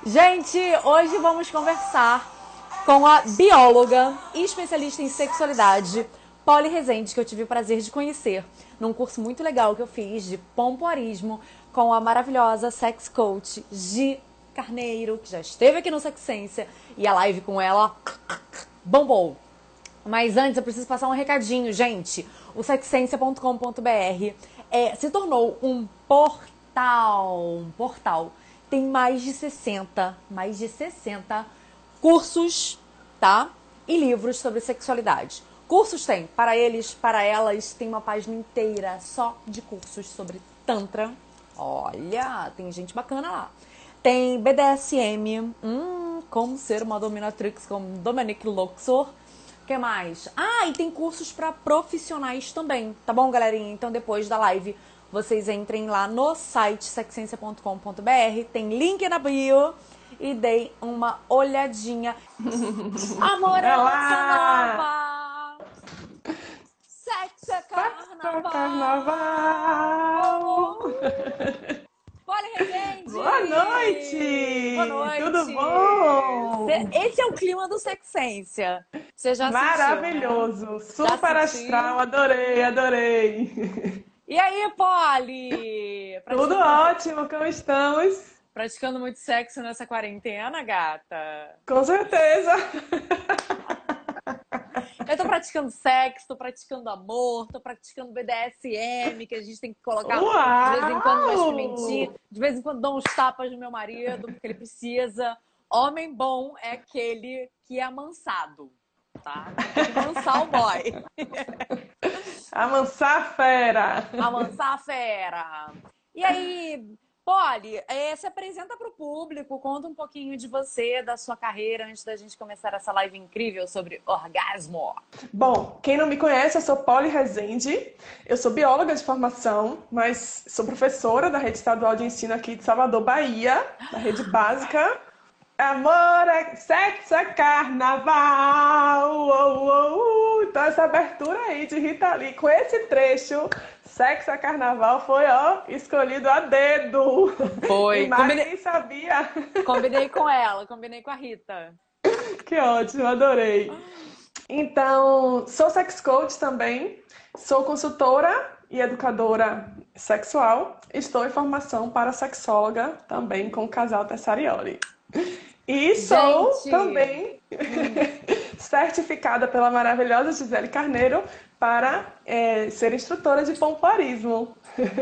Gente, hoje vamos conversar com a bióloga e especialista em sexualidade, Polly Rezende, que eu tive o prazer de conhecer num curso muito legal que eu fiz de pompoarismo com a maravilhosa sex coach Gi Carneiro, que já esteve aqui no Sexência, e a live com ela bombou. Mas antes eu preciso passar um recadinho, gente. O sexcência.com.br se tornou um portal. Tem mais de 60 cursos, tá? E livros sobre sexualidade. Cursos tem para eles, para elas, tem uma página inteira só de cursos sobre tantra. Olha, tem gente bacana lá. Tem BDSM, como ser uma dominatrix como Dominique Luxor. O que mais? Ah, e tem cursos para profissionais também, tá bom, galerinha? Então, depois da live, vocês entrem lá no site sexcência.com.br, tem link na bio e deem uma olhadinha. Amor é bossa Olá! nova! Sexo é Sexo carnaval! Carnaval! Polly Rezende! Boa Boa noite! Tudo noite! bom? Esse é o clima do Sexência. Você já sentiu, né? Maravilhoso! Já Super astral, sentiu? adorei! E aí, Polly? Tudo ótimo, como estamos? Praticando muito sexo nessa quarentena, gata? Com certeza! Eu tô praticando sexo, tô praticando amor, tô praticando BDSM, que a gente tem que colocar de vez em quando umas pimentinhas, Uau! de vez em quando dou uns tapas no meu marido, porque ele precisa. Homem bom é aquele que é amansado, tá? Tem que amansar o boy. Amansar a fera! Amansar a fera. E aí, Polly, se apresenta para o público, conta um pouquinho de você, da sua carreira, antes da gente começar essa live incrível sobre orgasmo. Bom, quem não me conhece, eu sou Polly Rezende. Eu sou bióloga de formação, mas sou professora da Rede Estadual de Ensino aqui de Salvador, Bahia, da rede básica. Amor é sexo é carnaval. Então essa abertura aí de Rita Lee, com esse trecho, sexo é carnaval, foi ó, escolhido a dedo. E Foi. mais quem sabia. Combinei com ela, combinei com a Rita. Que ótimo, adorei. Então, sou sex coach também, sou consultora e educadora sexual. Estou em formação para sexóloga também com o casal Tessarioli. E sou Gente, também certificada pela maravilhosa Gisele Carneiro para ser instrutora de pompoarismo.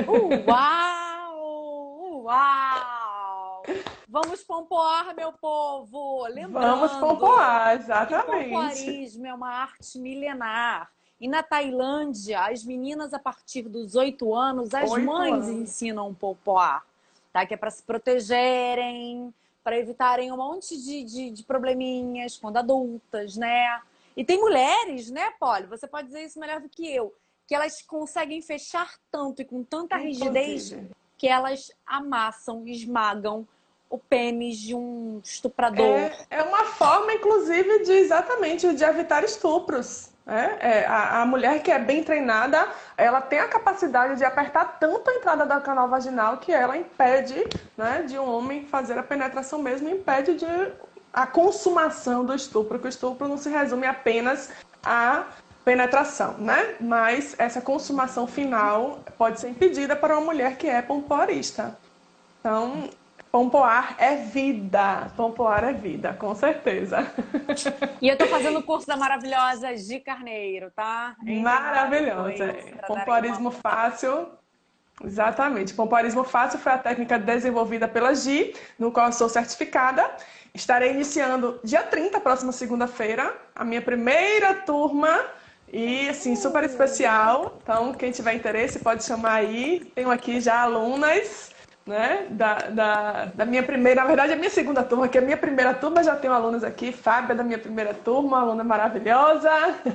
uau! Uau! Vamos pompoar, meu povo! Vamos Lembrando pompoar, que o exatamente. pompoarismo é uma arte milenar. E na Tailândia, as meninas a partir dos 8 anos, as 8 anos. mães ensinam o pompoar, tá? Que é para se protegerem, para evitarem um monte de probleminhas quando adultas, né? E tem mulheres, né, Polly? Você pode dizer isso melhor do que eu, que elas conseguem fechar tanto e com tanta rigidez Inclusive. que elas amassam, esmagam o pênis de um estuprador. É uma forma, inclusive, de exatamente de evitar estupros. A mulher que é bem treinada, ela tem a capacidade de apertar tanto a entrada do canal vaginal que ela impede, né, de um homem fazer a penetração mesmo, impede de a consumação do estupro, que o estupro não se resume apenas à penetração, né? Mas essa consumação final pode ser impedida para uma mulher que é pompoarista. Então, pompoar é vida. Pompoar é vida, com certeza. E eu tô fazendo o curso da maravilhosa Gi Carneiro, tá? Entrem lá Maravilhosa. depois para darem uma Pompoarismo moral. fácil. Exatamente. Pompoarismo fácil foi a técnica desenvolvida pela Gi, no qual eu sou certificada. Estarei iniciando dia 30, próxima segunda-feira, a minha primeira turma. E, assim, super especial. Então, quem tiver interesse pode chamar aí. Tenho aqui já alunas, né, da minha primeira, na verdade, a minha segunda turma, que é a minha primeira turma, já tenho alunos aqui. Fábia, da minha primeira turma, aluna maravilhosa.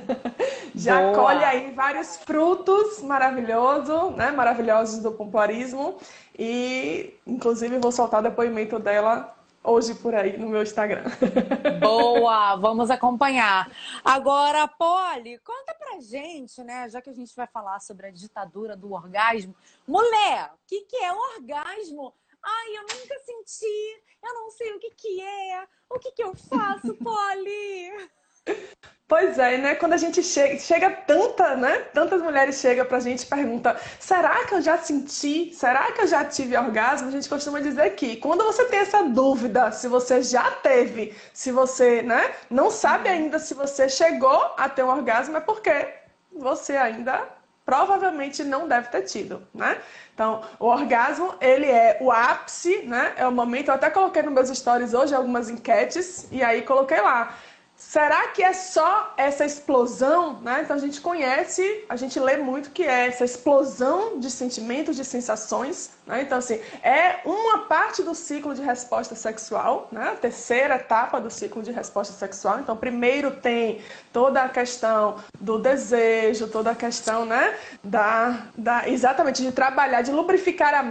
Já colhe Boa! aí vários frutos maravilhosos, né, maravilhosos do pompoarismo. E, inclusive, vou soltar o depoimento dela hoje por aí no meu Instagram. Boa! Vamos acompanhar. Agora, Polly, conta pra gente, né? Já que a gente vai falar sobre a ditadura do orgasmo. Mulher, o que é orgasmo? Ai, eu nunca senti, eu não sei o que que é, o que que eu faço, Polly? Pois é, né? Quando a gente chega tanta, né? Tantas mulheres chegam pra gente e perguntam: será que eu já senti? Será que eu já tive orgasmo? A gente costuma dizer que quando você tem essa dúvida, se você já teve, se você, né, não sabe ainda se você chegou a ter um orgasmo, é porque você ainda provavelmente não deve ter tido, né? Então, o orgasmo, ele é o ápice, né? É o momento, eu até coloquei nos meus stories hoje algumas enquetes, e aí coloquei lá. Será que é só essa explosão, né? Então a gente conhece, a gente lê muito que é essa explosão de sentimentos, de sensações, né? Então assim, é uma parte do ciclo de resposta sexual, né? A terceira etapa do ciclo de resposta sexual. Então primeiro tem toda a questão do desejo, toda a questão, né? Exatamente, de trabalhar, de lubrificar a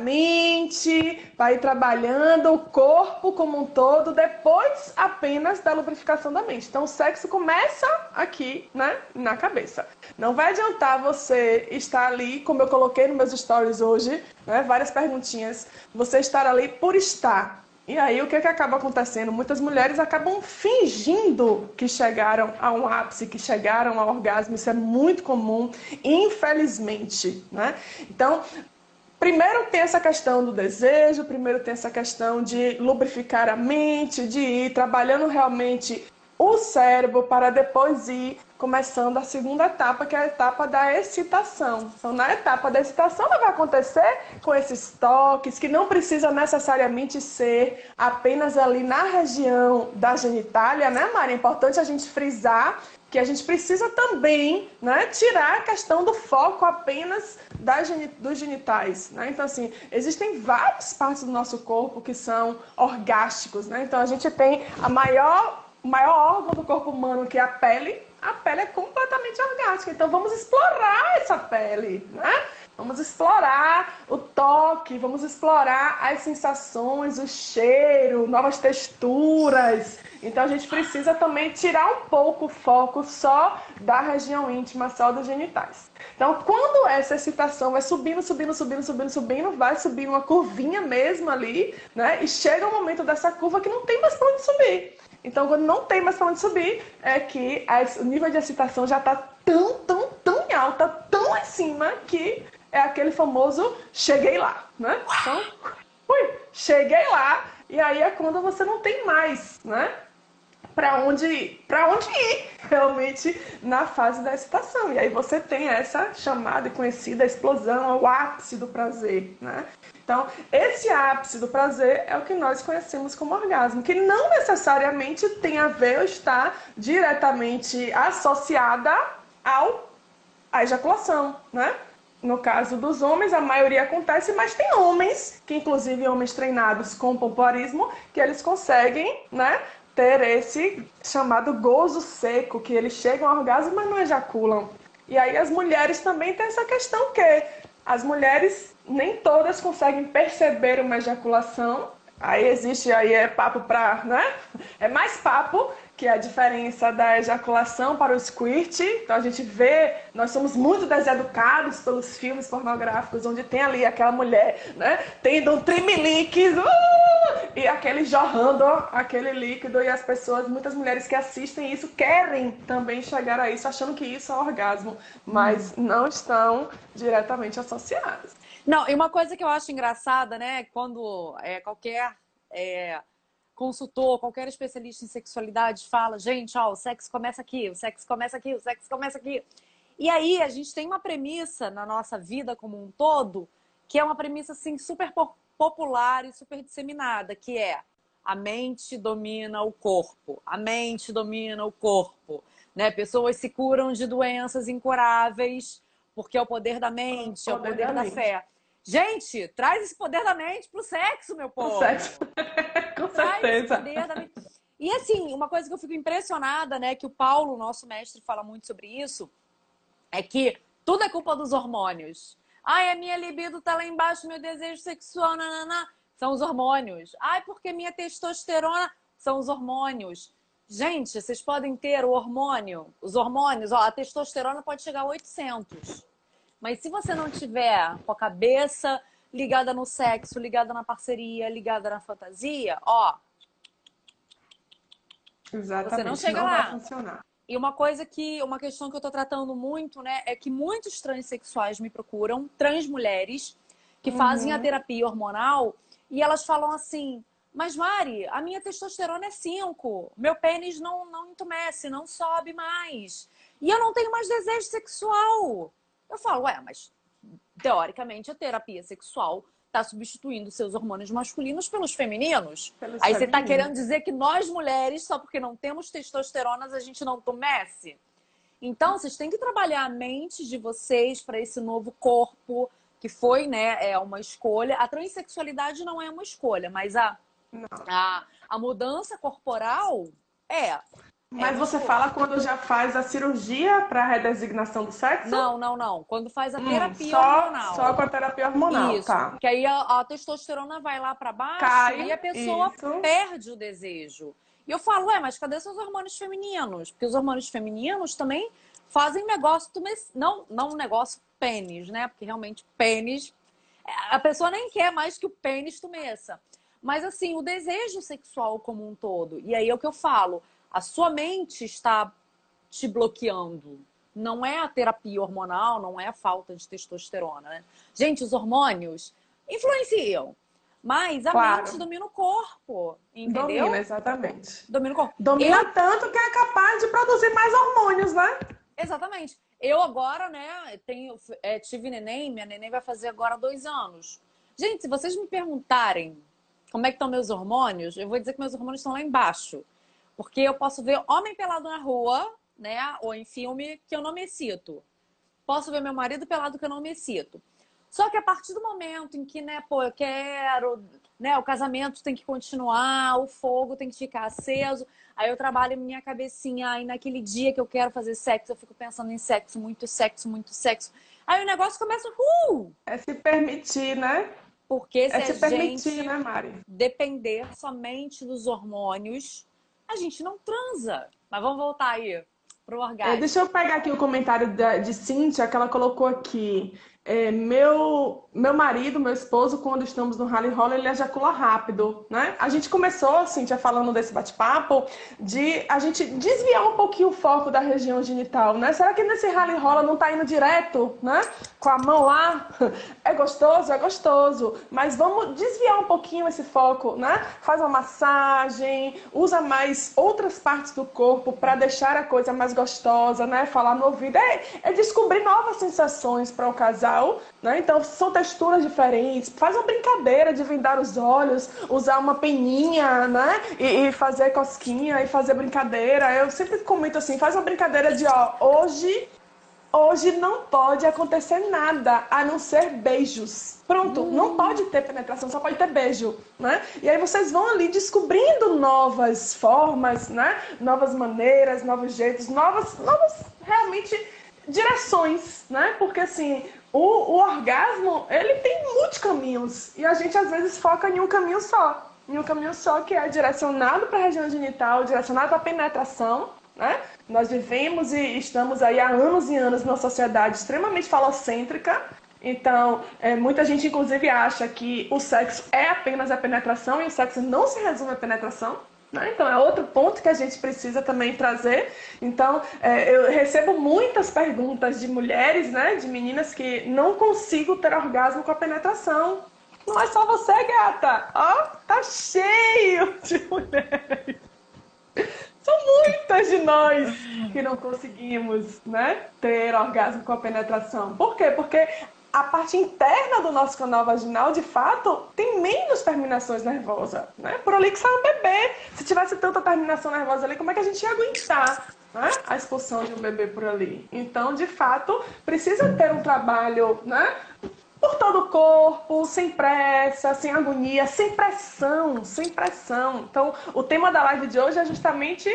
mente, vai ir trabalhando o corpo como um todo, depois apenas da lubrificação da mente. Então o sexo começa aqui, né, na cabeça. Não vai adiantar você estar ali, como eu coloquei nos meus stories hoje, né, várias perguntinhas, você estar ali por estar. E aí o que acaba acontecendo? Muitas mulheres acabam fingindo que chegaram a um ápice, que chegaram ao orgasmo. Isso é muito comum, infelizmente, né? Então, primeiro tem essa questão do desejo, primeiro tem essa questão de lubrificar a mente, de ir trabalhando realmente o cérebro para depois ir começando a segunda etapa, que é a etapa da excitação. Então, na etapa da excitação, ela vai acontecer com esses toques, que não precisa necessariamente ser apenas ali na região da genitália, né, Mari? É importante a gente frisar que a gente precisa também, né, tirar a questão do foco apenas dos genitais, né? Então, assim, existem várias partes do nosso corpo que são orgásticos, né? Então, a gente tem o maior órgão do corpo humano, que é a pele. A pele é completamente orgástica, então vamos explorar essa pele, né? Vamos explorar o toque, vamos explorar as sensações, o cheiro, novas texturas. Então a gente precisa também tirar um pouco o foco só da região íntima, só dos genitais. Então quando essa excitação vai subindo, vai subir uma curvinha mesmo ali, né? E chega um momento dessa curva que não tem mais para onde subir. Então, quando não tem mais para onde subir, é que o nível de excitação já está tão em alta, tão acima, que é aquele famoso cheguei lá, né? Então, cheguei lá, e aí é quando você não tem mais, né? Para onde ir, realmente, na fase da excitação. E aí você tem essa chamada e conhecida explosão, o ápice do prazer, né? Então, esse ápice do prazer é o que nós conhecemos como orgasmo, que não necessariamente tem a ver ou está diretamente associada à ejaculação, né? No caso dos homens, a maioria acontece, mas tem homens, que inclusive homens treinados com pompoarismo, que eles conseguem, né, ter esse chamado gozo seco, que eles chegam ao orgasmo, mas não ejaculam. E aí as mulheres também têm essa questão que as mulheres nem todas conseguem perceber uma ejaculação. Aí é papo para, né? É mais papo, que é a diferença da ejaculação para o squirt. Então a gente vê, nós somos muito deseducados pelos filmes pornográficos, onde tem ali aquela mulher, né, tendo um trimelique, e aquele jorrando aquele líquido, e as pessoas, muitas mulheres que assistem isso, querem também chegar a isso, achando que isso é orgasmo, mas não estão diretamente associadas. Não, e uma coisa que eu acho engraçada, né? Quando qualquer consultor, qualquer especialista em sexualidade fala, gente, ó, o sexo começa aqui, o sexo começa aqui, o sexo começa aqui. E aí a gente tem uma premissa na nossa vida como um todo, que é uma premissa assim super popular e super disseminada, que é a mente domina o corpo, a mente domina o corpo, né? Pessoas se curam de doenças incuráveis porque é o poder da mente, é o poder da fé. Gente, traz esse poder da mente pro sexo, meu povo. Pro sexo. Com traz certeza. Esse poder da mente. E assim, uma coisa que eu fico impressionada, né, que o Paulo, nosso mestre, fala muito sobre isso, é que tudo é culpa dos hormônios. Ai, a minha libido tá lá embaixo, meu desejo sexual, nanana, são os hormônios. Ai, porque minha testosterona, são os hormônios. Gente, vocês podem ter o hormônio, os hormônios, ó, a testosterona pode chegar a 800. Mas se você não tiver com a cabeça ligada no sexo, ligada na parceria, ligada na fantasia, ó, Exatamente, você não chega não vai lá. funcionar. E uma questão que eu tô tratando muito, né, é que muitos transexuais me procuram, trans mulheres, que fazem a terapia hormonal, e elas falam assim, mas Mari, a minha testosterona é 5, meu pênis não entumece, não sobe mais, e eu não tenho mais desejo sexual. Eu falo, ué, mas teoricamente a terapia sexual está substituindo seus hormônios masculinos pelos femininos. Pelos Aí você está femininos. querendo dizer que nós mulheres, só porque não temos testosteronas, a gente não tumesce? Então, vocês têm que trabalhar a mente de vocês para esse novo corpo, que foi, né, é uma escolha. A transexualidade não é uma escolha, mas a mudança corporal é. Mas você escolha. fala quando já faz a cirurgia para redesignação do sexo? Não. Quando faz a terapia Só hormonal. com a terapia hormonal, Isso. tá. Que aí a testosterona vai lá para baixo e a Cai, pessoa isso. perde o desejo. E eu falo, ué, mas cadê seus hormônios femininos? Porque os hormônios femininos também fazem negócio, não um negócio pênis, né? Porque realmente pênis, a pessoa nem quer mais que o pênis tumeça. Mas assim, o desejo sexual como um todo. E aí é o que eu falo, a sua mente está te bloqueando. Não é a terapia hormonal, não é a falta de testosterona, né? Gente, os hormônios influenciam, mas a Claro. mente domina o corpo, entendeu? Domina, exatamente. Domina o corpo. Domina tanto que é capaz de produzir mais hormônios, né? Exatamente. Eu agora, né, tive neném, minha neném vai fazer agora 2 anos. Gente, se vocês me perguntarem como é que estão meus hormônios, eu vou dizer que meus hormônios estão lá embaixo. Porque eu posso ver homem pelado na rua, né, ou em filme, que eu não me excito. Posso ver meu marido pelado que eu não me excito. Só que a partir do momento em que, né, pô, eu quero, né, o casamento tem que continuar, o fogo tem que ficar aceso, aí eu trabalho minha cabecinha, aí naquele dia que eu quero fazer sexo, eu fico pensando em sexo, muito sexo, muito sexo. Aí o negócio começa, É se permitir, né? porque se É a se permitir, gente né, Mari? depender somente dos hormônios, a gente não transa. Mas vamos voltar aí pro Deixa orgasmo. eu pegar aqui o comentário de Cíntia, que ela colocou aqui. Meu marido, meu esposo, quando estamos no rally roll, ele ejacula rápido, né? A gente começou, Cíntia, falando desse bate-papo, de a gente desviar um pouquinho o foco da região genital, né? Será que nesse rally roll não tá indo direto, né? Com a mão lá? É gostoso, mas vamos desviar um pouquinho esse foco, né? Faz uma massagem, usa mais outras partes do corpo para deixar a coisa mais gostosa, né? Falar no ouvido, é descobrir novas sensações para o casal, né? Então são texturas diferentes. Faz uma brincadeira de vendar os olhos, usar uma peninha, né? E fazer cosquinha e fazer brincadeira. Eu sempre comento assim, faz uma brincadeira de, ó, hoje não pode acontecer nada a não ser beijos. Pronto, não pode ter penetração, só pode ter beijo, né? E aí vocês vão ali descobrindo novas formas, né? Novas maneiras, novos jeitos, novas realmente direções, né? Porque assim, o orgasmo, ele tem muitos caminhos e a gente às vezes foca em um caminho só. Em um caminho só que é direcionado para a região genital, direcionado para a penetração, né? Nós vivemos e estamos aí há anos e anos numa sociedade extremamente falocêntrica. Então, muita gente inclusive acha que o sexo é apenas a penetração e o sexo não se resume à penetração, né? Então é outro ponto que a gente precisa também trazer. Então, eu recebo muitas perguntas de mulheres, né, de meninas que não consigo ter orgasmo com a penetração. Não é só você, gata. Ó, tá cheio de mulheres. São muitas de nós que não conseguimos, né, ter orgasmo com a penetração. Por quê? Porque a parte interna do nosso canal vaginal, de fato, tem menos terminações nervosas, né? Por ali que sai um bebê. Se tivesse tanta terminação nervosa ali, como é que a gente ia aguentar, né, a expulsão de um bebê por ali? Então, de fato, precisa ter um trabalho, né, por todo o corpo, sem pressa, sem agonia, sem pressão, sem pressão. Então, o tema da live de hoje é justamente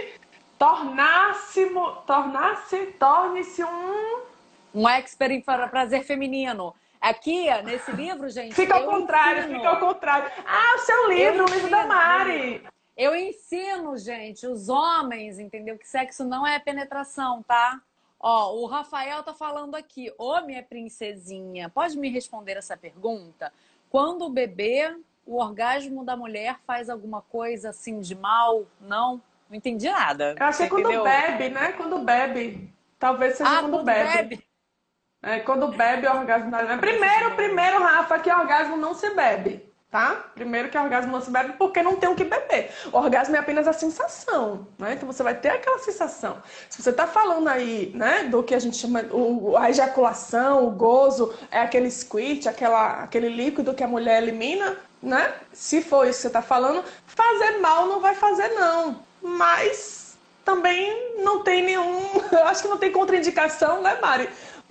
torne-se Um expert em prazer feminino. Aqui, nesse livro, gente, Fica ao contrário. Ah, o seu livro, o livro da Mari. Eu ensino, gente, os homens, entendeu? Que sexo não é penetração, tá? Ó, o Rafael tá falando aqui. Ô, minha princesinha, pode me responder essa pergunta? quando o bebê, o orgasmo da mulher faz alguma coisa assim de mal? Não? Não entendi nada. Eu achei Você quando entendeu? bebe, né? Quando bebe. Talvez seja Ah, quando quando bebe. bebe. Quando bebe, orgasmo. Cabeça de doido. Primeiro, Rafa, que orgasmo não se bebe, tá? Primeiro que orgasmo não se bebe porque não tem o que beber. O orgasmo é apenas a sensação, né? Então você vai ter aquela sensação. Se você tá falando aí, né, do que a gente chama a ejaculação, o gozo, é aquele squirt, aquele líquido que a mulher elimina, né? Se for isso que você tá falando, fazer mal não vai fazer, não. Mas também não tem nenhum. Eu acho que não tem contraindicação, né, Mari?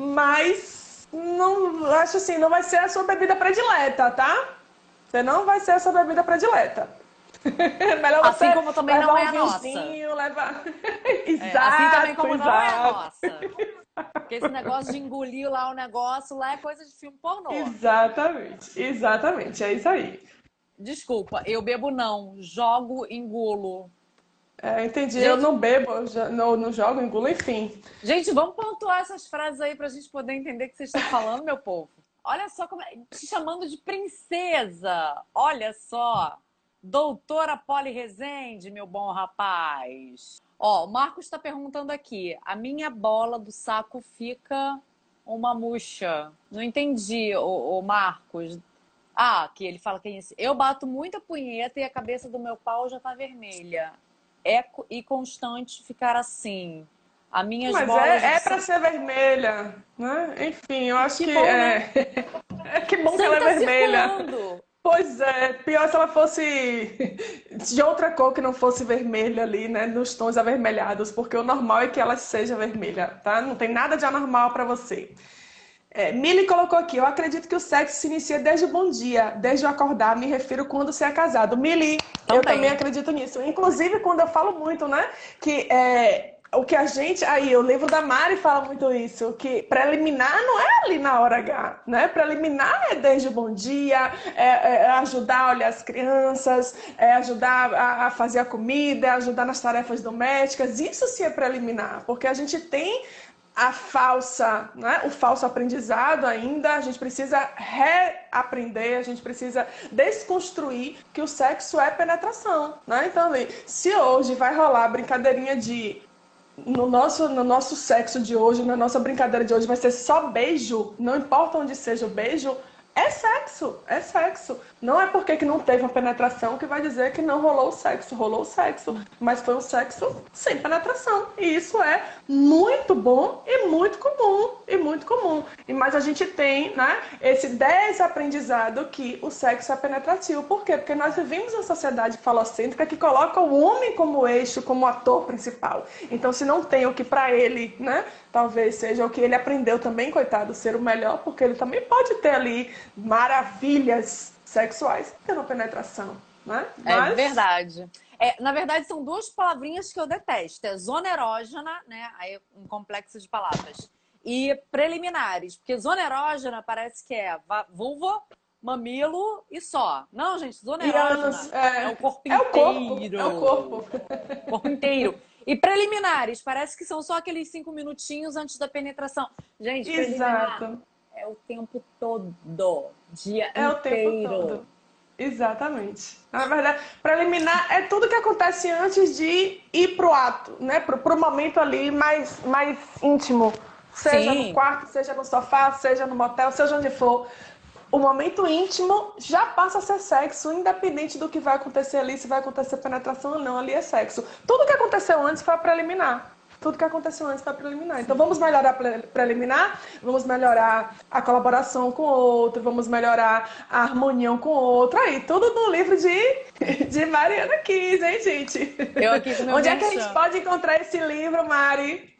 Mas não, acho assim, não vai ser a sua bebida predileta, tá? Você não vai ser a sua bebida predileta. Melhor você Assim como também não levar é um a nossa. vinhozinho, levar. Assim também Exato, como não é a exato. nossa. Porque esse negócio de engolir lá o negócio lá é coisa de filme pornô. Exatamente, exatamente, é isso aí. Desculpa, eu bebo não, jogo, engulo. Entendi, eu Gente, não bebo, não jogo, engulo, enfim. gente, vamos pontuar essas frases aí pra gente poder entender o que vocês estão falando, meu povo. Olha só como te chamando de princesa. Olha só. Doutora Poli Rezende, meu bom rapaz. Ó, o Marcos está perguntando aqui. A minha bola do saco fica uma murcha. Não entendi, o Marcos. Ah, que ele fala que é isso. Eu bato muita punheta e a cabeça do meu pau já tá vermelha. E constante ficar assim. As minhas Mas bolas do é para ser vermelha, né? Enfim, eu acho Que que bom, né? que bom que ela Sangue é tá vermelha. circulando. Pois é, pior se ela fosse de outra cor que não fosse vermelha ali, né? Nos tons avermelhados, porque o normal é que ela seja vermelha, tá? Não tem nada de anormal para você. Mili colocou aqui, eu acredito que o sexo se inicia desde o bom dia, desde o acordar, me refiro quando você é casado. Mili, eu também Também. acredito nisso. Inclusive, quando eu falo muito, né, que o que a gente, aí, o livro da Mari fala muito isso, que preliminar não é ali na hora H, né? Preliminar é desde o bom dia, é ajudar a olhar as crianças, é ajudar a fazer a comida, é ajudar nas tarefas domésticas. Isso sim é preliminar, porque a gente tem né, o falso aprendizado ainda, a gente precisa reaprender, a gente precisa desconstruir que o sexo é penetração, né? Então, ali, se hoje vai rolar a brincadeirinha de no nosso sexo de hoje, na nossa brincadeira de hoje, vai ser só beijo, não importa onde seja o beijo, é sexo, é sexo. Não é porque que não teve uma penetração que vai dizer que não rolou o sexo, mas foi um sexo sem penetração. E isso é muito bom e muito comum, e muito comum. Mas a gente tem, né, esse desaprendizado que o sexo é penetrativo. Por quê? Porque nós vivemos uma sociedade falocêntrica que coloca o homem como eixo, como ator principal. Então, se não tem o que para ele, né, talvez seja o que ele aprendeu também, coitado, ser o melhor, porque ele também pode ter ali maravilhas sexuais tendo penetração, né? É Mas verdade. Na verdade, são duas palavrinhas que eu detesto. É zona erógena, né? Aí um complexo de palavras. E preliminares. Porque zona erógena parece que é vulva, mamilo e só. Não, gente, zona e anos erógena é o corpo é o corpo, é o inteiro. corpo. Corpo inteiro. E preliminares, parece que são só aqueles 5 minutinhos antes da penetração. Gente, preliminar Exato. é o tempo todo, dia É o tempo inteiro. todo. Exatamente. Na verdade, preliminar é tudo que acontece antes de ir pro ato, né? Pro momento ali mais íntimo. Seja no Sim, quarto, seja no sofá, seja no motel, seja onde for. O momento íntimo já passa a ser sexo, independente do que vai acontecer ali, se vai acontecer penetração ou não, ali é sexo. Tudo que aconteceu antes foi preliminar. Tudo que aconteceu antes foi preliminar. Então vamos melhorar a preliminar, vamos melhorar a colaboração com o outro, vamos melhorar a harmonia com o outro. Aí, tudo no livro de Mariana Kiss, hein, gente? eu aqui com meu Onde é que a gente merchan. pode encontrar esse livro, Mari?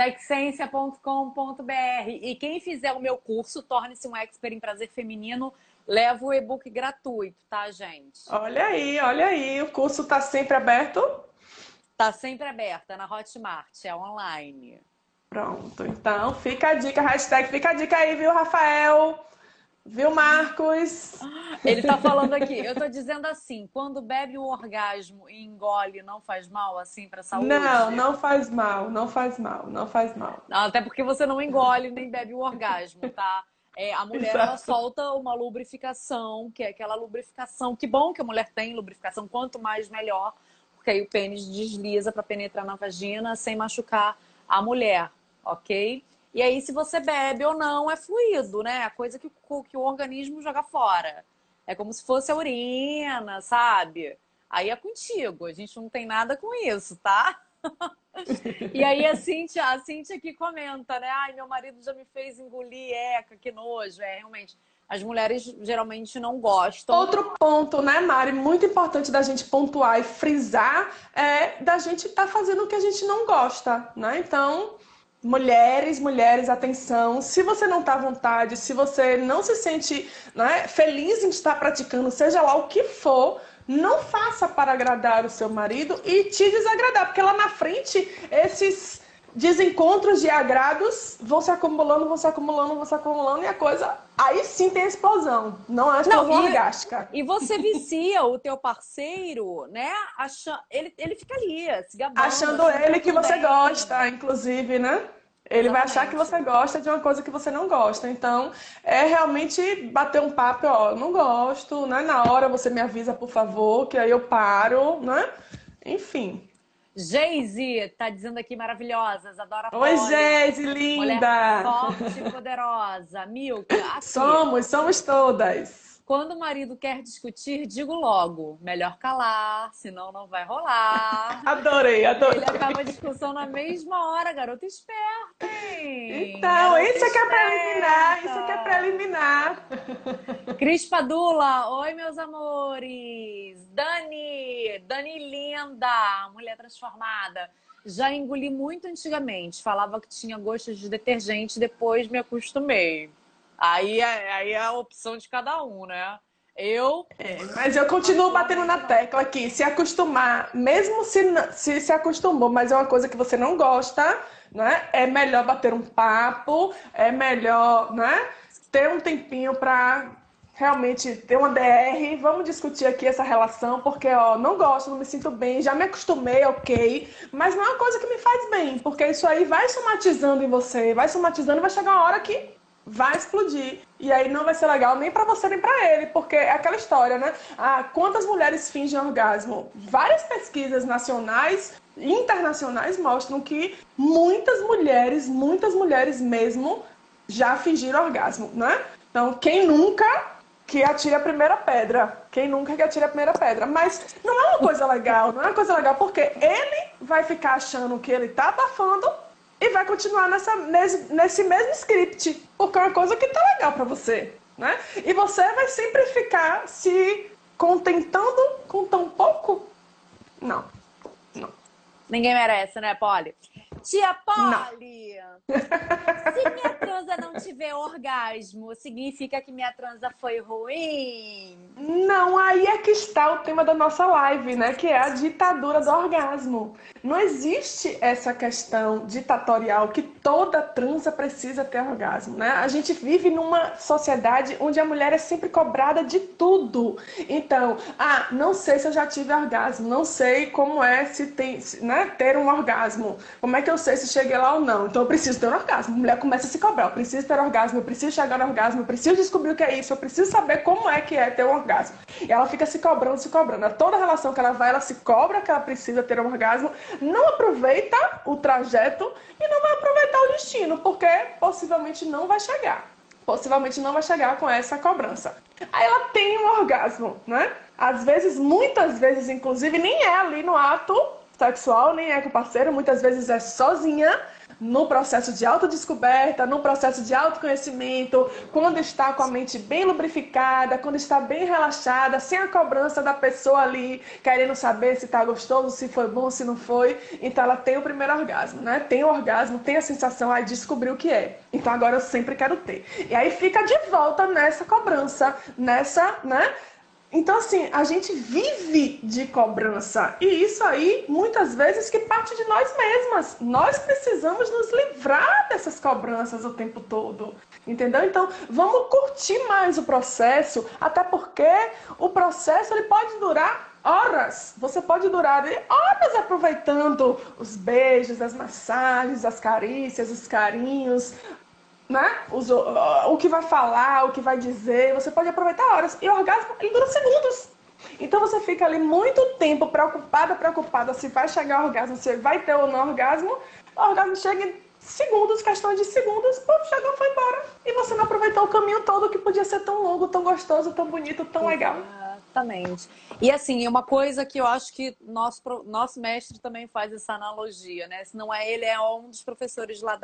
Sexência.com.br. E quem fizer o meu curso, torne-se um expert em prazer feminino, leva o e-book gratuito, tá, gente? Olha aí, o curso está sempre aberto. Tá sempre aberta na Hotmart, é online. Pronto, então fica a dica, hashtag fica a dica aí, viu, Rafael? Viu, Marcos? Ele tá falando aqui, eu tô dizendo assim, quando bebe um orgasmo e engole, não faz mal assim pra Não, saúde? não faz mal, não faz mal, não faz mal. Não, até porque você não engole nem bebe o orgasmo, tá? A mulher, ela Exato. solta uma lubrificação, que é aquela lubrificação. Que bom que a mulher tem lubrificação, quanto mais melhor, porque aí o pênis desliza para penetrar na vagina sem machucar a mulher, ok? E aí, se você bebe ou não, é fluido, né? É coisa que o organismo joga fora. É como se fosse a urina, sabe? Aí é contigo, a gente não tem nada com isso, tá? E aí a Cíntia aqui comenta, né? Ai, meu marido já me fez engolir, eca, que nojo. Realmente, as mulheres geralmente não gostam. Outro ponto, né, Mari, muito importante da gente pontuar e frisar é da gente estar fazendo o que a gente não gosta, né? Então, mulheres, atenção. Se você não está à vontade, se você não se sente, né, feliz em estar praticando, seja lá o que for, não faça para agradar o seu marido e te desagradar, porque lá na frente esses desencontros de agrados vão se acumulando, vão se acumulando, vão se acumulando e a coisa aí sim tem a explosão, não é a Não, explosão orgástica. e você vicia o teu parceiro, né? Ele fica ali, se gabando, Achando achando que ele tá que tudo você bem. gosta, inclusive, né? Ele vai achar que você Exatamente. gosta de uma coisa que você não gosta. Então, é realmente bater um papo, ó, não gosto, né? Na hora você me avisa, por favor, que aí eu paro, né? Enfim. Geise tá dizendo aqui maravilhosas, adora a Oi, Polly. Geise, Mulher linda! forte e poderosa. Milka, aqui. Somos todas. Quando o marido quer discutir, digo logo, melhor calar, senão não vai rolar. Adorei, E ele adorei. acaba a discussão na mesma hora, garota esperta, hein? Então, Garota isso aqui é preliminar, isso aqui é esperta. preliminar. Cris Padula, oi meus amores. Dani linda, mulher transformada. Já engoli muito antigamente, falava que tinha gosto de detergente, depois me acostumei. Aí é a opção de cada um, né? Eu Mas eu continuo batendo particularmente na não. tecla aqui, se acostumar, mesmo se acostumou, mas é uma coisa que você não gosta, né? É melhor bater um papo, é melhor, né? Ter um tempinho para realmente ter uma DR. Vamos discutir aqui essa relação, porque ó, não gosto, não me sinto bem, já me acostumei, ok, mas não é uma coisa que me faz bem, porque isso aí vai somatizando em você, vai somatizando, vai chegar uma hora que vai explodir. E aí não vai ser legal nem pra você nem pra ele, porque é aquela história, né? Ah, quantas mulheres fingem orgasmo? Várias pesquisas nacionais e internacionais mostram que muitas mulheres mesmo já fingiram orgasmo, né? Então, quem nunca que atire a primeira pedra. Quem nunca que atire a primeira pedra. Mas não é uma coisa legal, não é uma coisa legal, porque ele vai ficar achando que ele tá abafando e vai continuar nesse mesmo script, porque é uma coisa que tá legal pra você, né? E você vai sempre ficar se contentando com tão pouco? Não, não, Ninguém merece, né, Polly? Tia não. Polly! Se minha transa não tiver orgasmo, significa que minha transa foi ruim? Não, aí é que está o tema da nossa live, né? Que é a ditadura do orgasmo. Não existe essa questão ditatorial que toda transa precisa ter orgasmo, né? A gente vive numa sociedade onde a mulher é sempre cobrada de tudo. Então, não sei se eu já tive orgasmo, não sei como é se tem, né, ter um orgasmo. Como é que eu sei se cheguei lá ou não? Então eu preciso ter um orgasmo. A mulher começa a se cobrar, eu preciso ter orgasmo, eu preciso chegar no orgasmo, eu preciso descobrir o que é isso, eu preciso saber como é que é ter um orgasmo. E ela fica se cobrando, se cobrando. A toda relação que ela vai, ela se cobra que ela precisa ter um orgasmo, não aproveita o trajeto e não vai aproveitar o destino, porque possivelmente não vai chegar. Possivelmente não vai chegar com essa cobrança. Aí ela tem um orgasmo, né? Às vezes, muitas vezes, inclusive, nem é ali no ato sexual, nem é com o parceiro, muitas vezes é sozinha, no processo de autodescoberta, no processo de autoconhecimento, quando está com a mente bem lubrificada, quando está bem relaxada, sem a cobrança da pessoa ali, querendo saber se está gostoso, se foi bom, se não foi. Então ela tem o primeiro orgasmo, né? Tem o orgasmo, tem a sensação, aí descobriu o que é. Então agora eu sempre quero ter. E aí fica de volta nessa cobrança, nessa, né? Então, assim, a gente vive de cobrança. E isso aí, muitas vezes, que parte de nós mesmas. Nós precisamos nos livrar dessas cobranças o tempo todo. Entendeu? Então, vamos curtir mais o processo, até porque o processo ele pode durar horas. Você pode durar horas aproveitando os beijos, as massagens, as carícias, os carinhos, né? O que vai falar, o que vai dizer, você pode aproveitar horas. E o orgasmo, ele dura segundos. Então você fica ali muito tempo preocupada se vai chegar ao orgasmo, se vai ter ou não orgasmo. O orgasmo chega em segundos, questão de segundos, pum, chegou, foi embora. E você não aproveitou o caminho todo que podia ser tão longo, tão gostoso, tão bonito, tão legal. Exatamente. E assim, uma coisa que eu acho que nosso mestre também faz essa analogia, né? Se não é ele, é um dos professores lá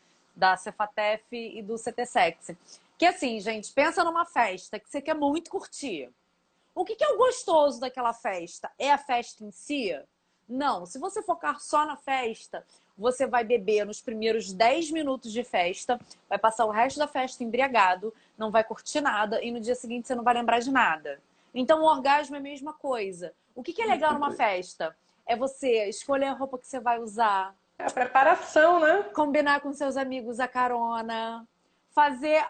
da Cefatef e do CT Sexy. Que assim, gente, pensa numa festa que você quer muito curtir. O que é o gostoso daquela festa? É a festa em si? Não. Se você focar só na festa, você vai beber nos primeiros 10 minutos de festa, vai passar o resto da festa embriagado, não vai curtir nada e no dia seguinte você não vai lembrar de nada. Então o orgasmo é a mesma coisa. O que é legal numa festa? É você escolher a roupa que você vai usar, É a preparação, né? combinar com seus amigos a carona, fazer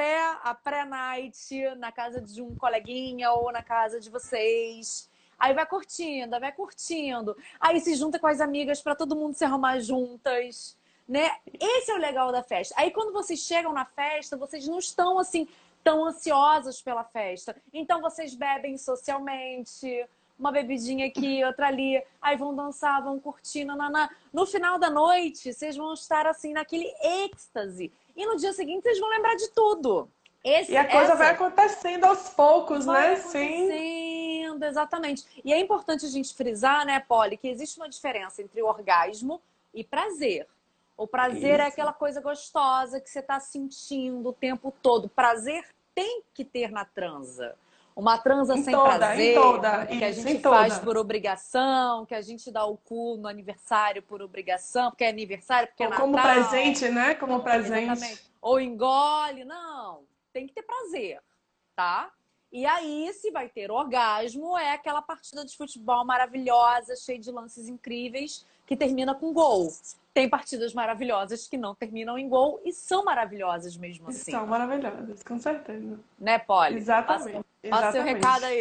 a pré-night na casa de um coleguinha ou na casa de vocês. Aí vai curtindo, vai curtindo. Aí se junta com as amigas para todo mundo se arrumar juntas, né? Esse é o legal da festa. Aí quando vocês chegam na festa, vocês não estão assim tão ansiosas pela festa. Então vocês bebem socialmente, uma bebidinha aqui, outra ali, aí vão dançar, vão curtir, nananá. No final da noite, vocês vão estar assim naquele êxtase. E no dia seguinte vocês vão lembrar de tudo. E a coisa vai acontecendo aos poucos, vai né? acontecendo, exatamente. E é importante a gente frisar, né, Polly, que existe uma diferença entre orgasmo e prazer. O prazer é aquela coisa gostosa que você está sentindo o tempo todo. Prazer tem que ter na transa. Uma transa sem prazer, que a gente faz por obrigação, que a gente dá o cu no aniversário por obrigação, porque é aniversário, porque é Natal. Como presente, né? Como presente. Exatamente. Ou engole. Não, tem que ter prazer, tá? E aí, se vai ter orgasmo, é aquela partida de futebol maravilhosa, cheia de lances incríveis, que termina com gol. Tem partidas maravilhosas que não terminam em gol e são maravilhosas mesmo assim. São maravilhosas, com certeza. Né, Polly? Exatamente. Passa o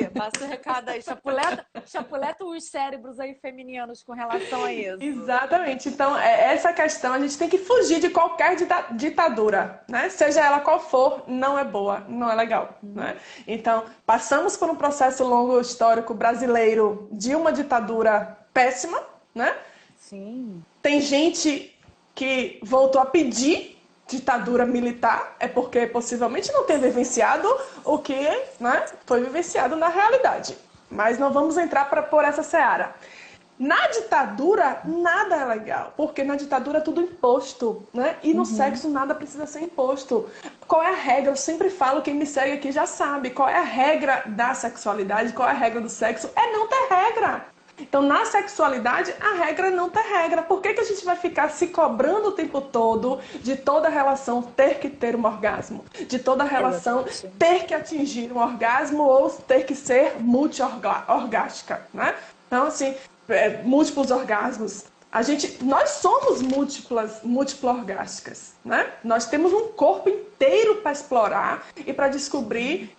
recado aí. Chapuleta os cérebros aí femininos com relação a isso. Exatamente. Então, essa questão, a gente tem que fugir de qualquer ditadura, né? Seja ela qual for, não é boa, não é legal, né? Então, passamos por um processo longo histórico brasileiro de uma ditadura péssima, né? Sim. Tem gente que voltou a pedir ditadura militar, é porque possivelmente não tem vivenciado o que, né, foi vivenciado na realidade. Mas não vamos entrar por essa seara. Na ditadura, nada é legal, porque na ditadura é tudo imposto, né? E no sexo nada precisa ser imposto. Qual é a regra? Eu sempre falo, quem me segue aqui já sabe, qual é a regra da sexualidade, qual é a regra do sexo? É não ter regra. Então, na sexualidade, a regra é não ter regra. Por que a gente vai ficar se cobrando o tempo todo de toda relação ter que ter um orgasmo? De toda relação ter que atingir um orgasmo ou ter que ser multi-orgástica, né? Então, assim, múltiplos orgasmos. Nós somos múltiplo orgásticas, né? Nós temos um corpo inteiro para explorar e para descobrir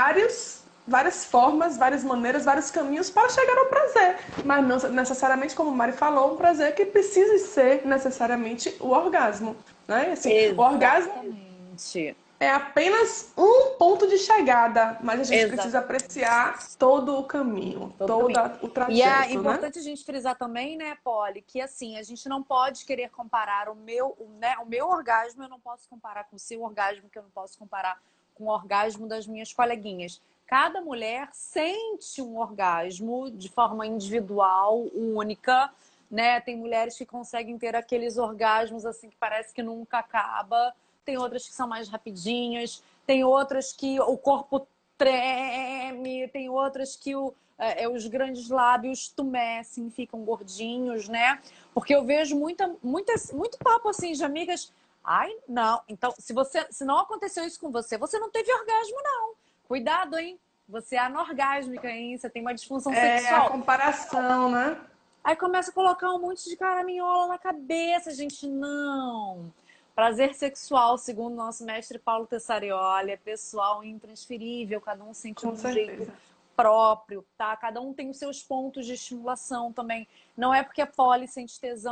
várias formas, várias maneiras, vários caminhos para chegar ao prazer. Mas não necessariamente, como a Mari falou, um prazer que precisa ser necessariamente o orgasmo. Né? Assim, o orgasmo é apenas um ponto de chegada, mas a gente precisa apreciar todo o caminho, todo o trajeto. E é importante a gente frisar também, né, Polly, que assim, a gente não pode querer comparar o meu orgasmo, eu não posso comparar com o seu orgasmo, que eu não posso comparar com o orgasmo das minhas coleguinhas. Cada mulher sente um orgasmo de forma individual, única, né? Tem mulheres que conseguem ter aqueles orgasmos assim que parece que nunca acaba. Tem outras que são mais rapidinhas. Tem outras que o corpo treme. Tem outras que os grandes lábios tumescem, ficam gordinhos, né? Porque eu vejo muito papo assim de amigas. Ai, não. Então, se não aconteceu isso com você, você não teve orgasmo, não. Cuidado, hein? Você é anorgásmica, hein? Você tem uma disfunção sexual. É a comparação, né? Aí começa a colocar um monte de caraminhola na cabeça, gente. Não. Prazer sexual, segundo nosso mestre Paulo Tessarioli, é pessoal intransferível. Cada um sente um jeito próprio, tá? Cada um tem os seus pontos de estimulação também. Não é porque a Polly sente tesão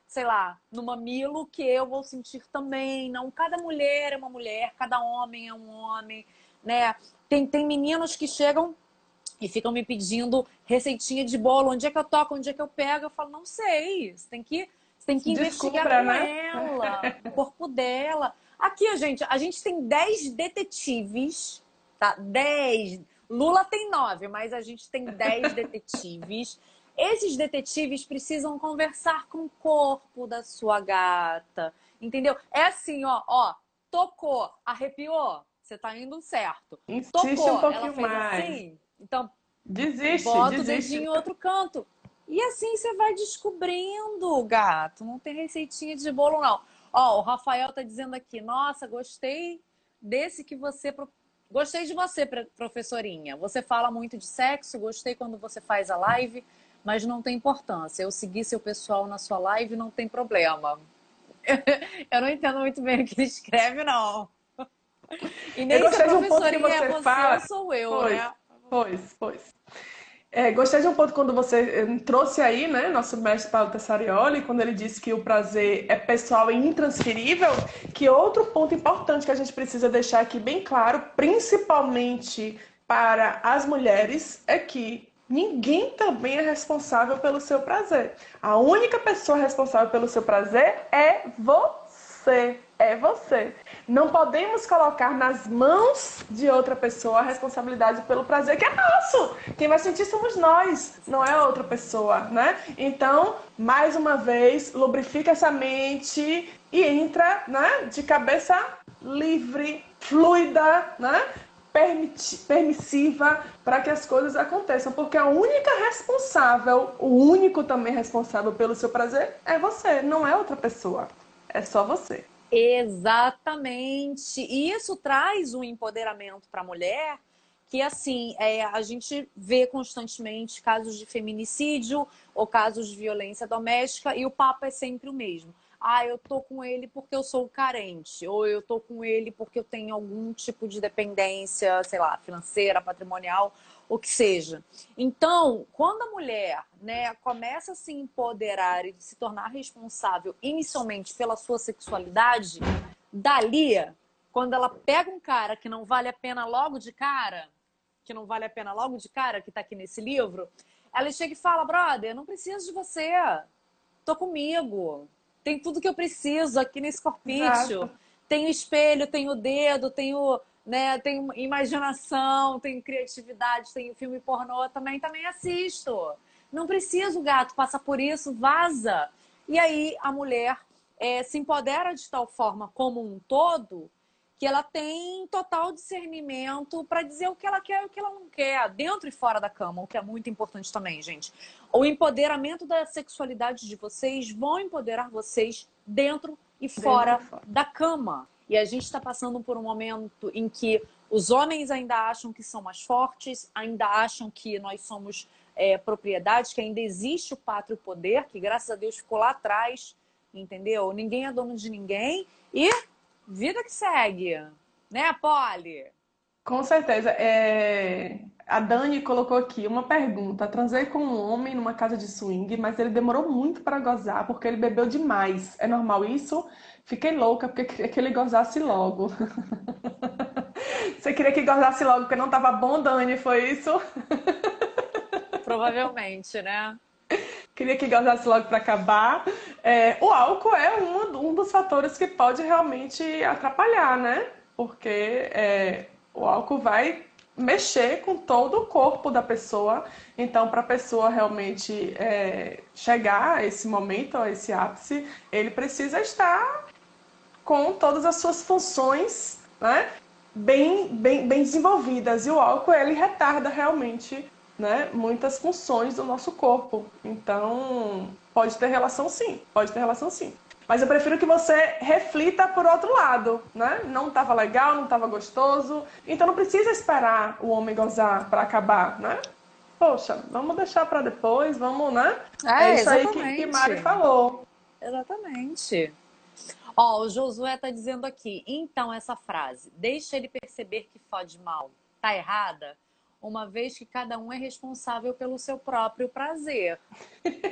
sei lá, no mamilo que eu vou sentir também. Não, cada mulher é uma mulher, cada homem é um homem, né? Tem meninos que chegam e ficam me pedindo receitinha de bolo. Onde é que eu toco? Onde é que eu pego? Eu falo, não sei. Você tem que investigar Descubra, com né? ela, o corpo dela. Aqui, a gente tem 10 detetives, tá? 10. Lula tem 9, mas a gente tem 10 detetives. Esses detetives precisam conversar com o corpo da sua gata, entendeu? É assim, ó, tocou, arrepiou, você tá indo certo. Insiste um Tocou, ela pouquinho fez mais. assim, então Desiste, bota o dedinho desiste. em outro canto. E assim você vai descobrindo, gato. Não tem receitinha de bolo, não. Ó, o Rafael tá dizendo aqui, nossa, gostei desse que você... Gostei de você, professorinha. Você fala muito de sexo, gostei quando você faz a live, mas não tem importância. Eu segui seu pessoal na sua live, não tem problema. Eu não entendo muito bem o que ele escreve, não. E Eu nem se a gostei de um ponto que professorinha é você você ou fala. sou eu, Pois, né? pois. Gostei de um ponto quando você trouxe aí, né, nosso mestre Paulo Tessarioli, quando ele disse que o prazer é pessoal e intransferível, que outro ponto importante que a gente precisa deixar aqui bem claro, principalmente para as mulheres, é que ninguém também é responsável pelo seu prazer. A única pessoa responsável pelo seu prazer é você. É você. Não podemos colocar nas mãos de outra pessoa a responsabilidade pelo prazer que é nosso. Quem vai sentir somos nós, não é outra pessoa, né? Então, mais uma vez, lubrifica essa mente e entra, né, de cabeça livre, fluida, né? Permissiva para que as coisas aconteçam, porque a única responsável, o único também responsável pelo seu prazer é você, não é outra pessoa, é só você. Exatamente. E isso traz um empoderamento para a mulher que, assim, a gente vê constantemente casos de feminicídio ou casos de violência doméstica e o papo é sempre o mesmo. Ah, eu tô com ele porque eu sou carente, ou eu tô com ele porque eu tenho algum tipo de dependência, sei lá, financeira, patrimonial, o que seja. Então, quando a mulher, né, começa a se empoderar e se tornar responsável inicialmente pela sua sexualidade, dali, quando ela pega um cara que não vale a pena logo de cara, que tá aqui nesse livro, ela chega e fala, brother, não preciso de você, tô comigo, tem tudo que eu preciso aqui nesse corpício, Exato. tenho espelho, tenho dedo, tenho, né, tenho imaginação, tenho criatividade, tenho filme pornô, também assisto. Não preciso, gato, passar por isso, vaza. E aí a mulher se empodera de tal forma como um todo que ela tem total discernimento para dizer o que ela quer e o que ela não quer, dentro e fora da cama, o que é muito importante também, gente. O empoderamento da sexualidade de vocês vão empoderar vocês dentro e Dentro e fora fora. da cama. E a gente está passando por um momento em que os homens ainda acham que são mais fortes, ainda acham que nós somos propriedades, que ainda existe o pátrio poder, que graças a Deus ficou lá atrás, entendeu? Ninguém é dono de ninguém e vida que segue, né, Polly? Com certeza. A Dani colocou aqui uma pergunta. Transei com um homem numa casa de swing, mas ele demorou muito para gozar porque ele bebeu demais. É normal isso? Fiquei louca porque queria que ele gozasse logo. Você queria que gozasse logo porque não estava bom, Dani? Foi isso? Provavelmente, né? Queria que gozasse logo para acabar. O álcool é um dos fatores que pode realmente atrapalhar, né? Porque o álcool vai mexer com todo o corpo da pessoa. Então, para a pessoa realmente chegar a esse momento, a esse ápice, ele precisa estar com todas as suas funções, né, bem desenvolvidas. E o álcool, ele retarda realmente, né, muitas funções do nosso corpo. Então, pode ter relação sim, pode ter relação sim. Mas eu prefiro que você reflita por outro lado, né? Não estava legal, não estava gostoso. Então não precisa esperar o homem gozar para acabar, né? Poxa, vamos deixar para depois, vamos, né? É isso aí que Mari Exatamente. falou. Exatamente. Ó, o Josué tá dizendo aqui, então essa frase, deixa ele perceber que fode mal, tá errada? Uma vez que cada um é responsável pelo seu próprio prazer.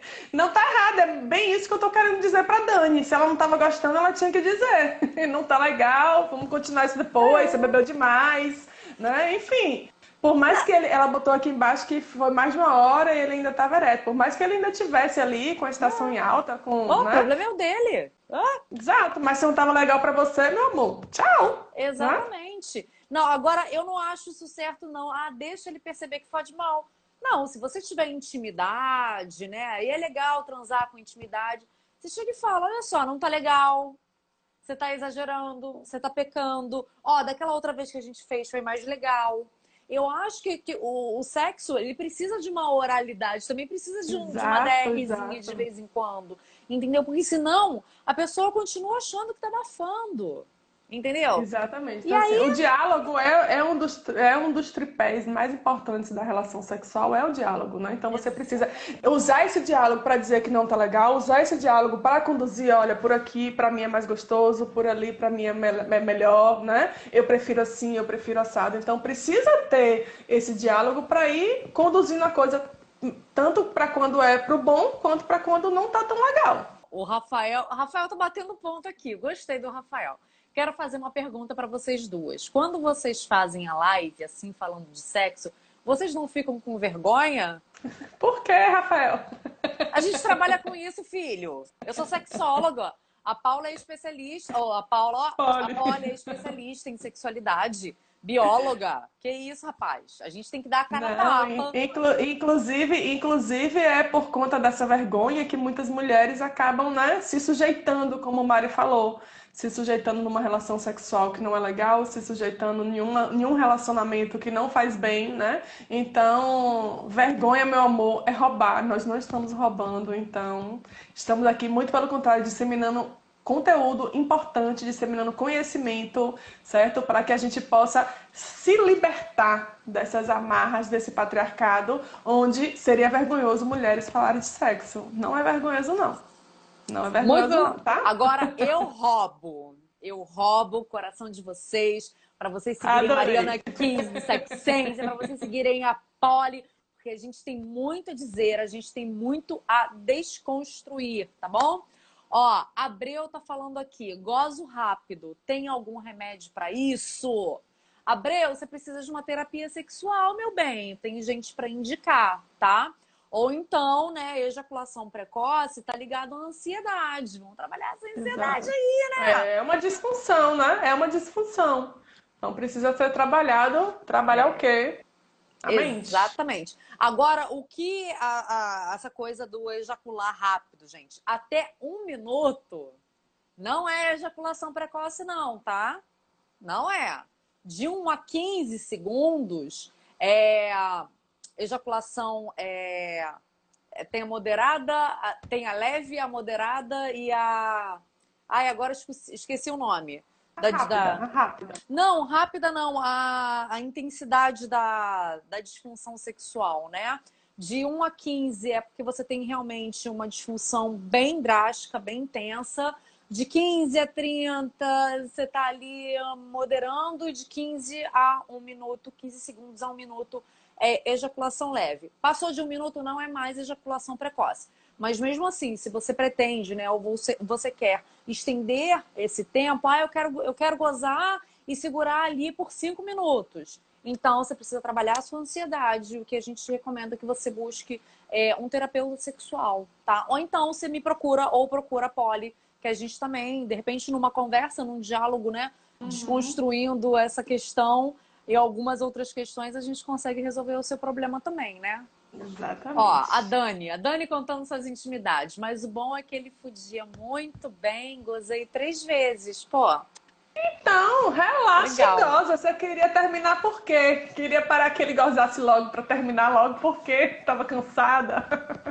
Não tá errado, é bem isso que eu tô querendo dizer pra Dani. Se ela não tava gostando, ela tinha que dizer. Não tá legal, vamos continuar isso depois, você bebeu demais, né? Enfim, por mais que ela botou aqui embaixo que foi mais de 1 hora e ele ainda tava ereto. Por mais que ele ainda tivesse ali com a estação em alta, Oh, o né? problema é o dele. Ah, Exato, mas se não tava legal pra você, meu amor, tchau, né? exatamente. Não, agora eu não acho isso certo, não. Ah, deixa ele perceber que faz mal. Não, se você tiver intimidade, né? E é legal transar com intimidade. Você chega e fala: olha só, não tá legal. Você tá exagerando, você tá pecando. Ó, daquela outra vez que a gente fez foi mais legal. Eu acho que o sexo, ele precisa de uma oralidade, também precisa de uma Exato, DRzinha de exato. vez em quando. Entendeu? Porque senão a pessoa continua achando que tá abafando. Entendeu? Exatamente. E Então, assim, aí, o diálogo é um dos tripés mais importantes da relação sexual, é o diálogo, né? Então você precisa exatamente. usar esse diálogo para dizer que não tá legal, usar esse diálogo para conduzir, olha, por aqui para mim é mais gostoso, por ali para mim é melhor, né? Eu prefiro assim, eu prefiro assado. Então precisa ter esse diálogo para ir conduzindo a coisa tanto para quando é pro bom quanto para quando não tá tão legal. O Rafael tá batendo ponto aqui. Gostei do Rafael. Quero fazer uma pergunta para vocês duas. Quando vocês fazem a live, assim, falando de sexo, vocês não ficam com vergonha? Por quê, Rafael? A gente trabalha com isso, filho. Eu sou sexóloga. A Paula é especialista. Ou a Olha. Paula é especialista em sexualidade. Bióloga. Que isso, rapaz? A gente tem que dar a cara a Não, tapa. inclusive é por conta dessa vergonha que muitas mulheres acabam, né, se sujeitando, como o Mari falou, se sujeitando numa relação sexual que não é legal, se sujeitando em um relacionamento que não faz bem, né? Então, vergonha, meu amor, é roubar. Nós não estamos roubando, então estamos aqui muito pelo contrário, disseminando conteúdo importante, disseminando conhecimento, certo? Para que a gente possa se libertar dessas amarras desse patriarcado, onde seria vergonhoso mulheres falarem de sexo. Não é vergonhoso, não. Não é Muito vergonhoso, bem. não, tá? Agora eu roubo. Eu roubo o coração de vocês para vocês seguirem Mariana Adorei. 15 Sexência, para vocês seguirem a Polly, porque a gente tem muito a dizer, a gente tem muito a desconstruir, tá bom? Ó, Abreu tá falando aqui, gozo rápido, tem algum remédio para isso? Abreu, você precisa de uma terapia sexual, meu bem. Tem gente para indicar, tá? Ou então, né, ejaculação precoce tá ligado à ansiedade. Vamos trabalhar essa ansiedade Exato. aí, né? É uma disfunção, né? É uma disfunção. Então precisa ser trabalhado. Trabalhar o quê? A mente. Exatamente. Agora, o que essa coisa do ejacular rápido, gente? Até 1 minuto não é ejaculação precoce, não, tá? Não é. De 1 a 15 segundos é ejaculação tem a moderada, tem a leve, a moderada e a. Ai, agora esqueci o nome. A Da, rápida, da... a rápida. Não, rápida não. A intensidade da disfunção sexual, né? De 1 a 15 é porque você tem realmente uma disfunção bem drástica, bem intensa. De 15 a 30, você está ali moderando. De 15 a 1 minuto, 15 segundos a 1 minuto é ejaculação leve. Passou de 1 minuto, não é mais ejaculação precoce. Mas mesmo assim, se você pretende, né, ou você quer estender esse tempo, eu quero gozar e segurar ali por 5 minutos. Então, você precisa trabalhar a sua ansiedade. O que a gente recomenda é que você busque um terapeuta sexual, tá? Ou então, você me procura ou procura a Polly, que a gente também, de repente, numa conversa, num diálogo, né, Uhum. desconstruindo essa questão e algumas outras questões, a gente consegue resolver o seu problema também, né? Ó, a Exatamente. Dani, a Dani contando suas intimidades, mas o bom é que ele fudia muito bem, gozei 3 vezes. Pô, Então, relaxa e legal. goza. Você queria terminar por quê? Queria parar que ele gozasse logo para terminar logo porque estava cansada.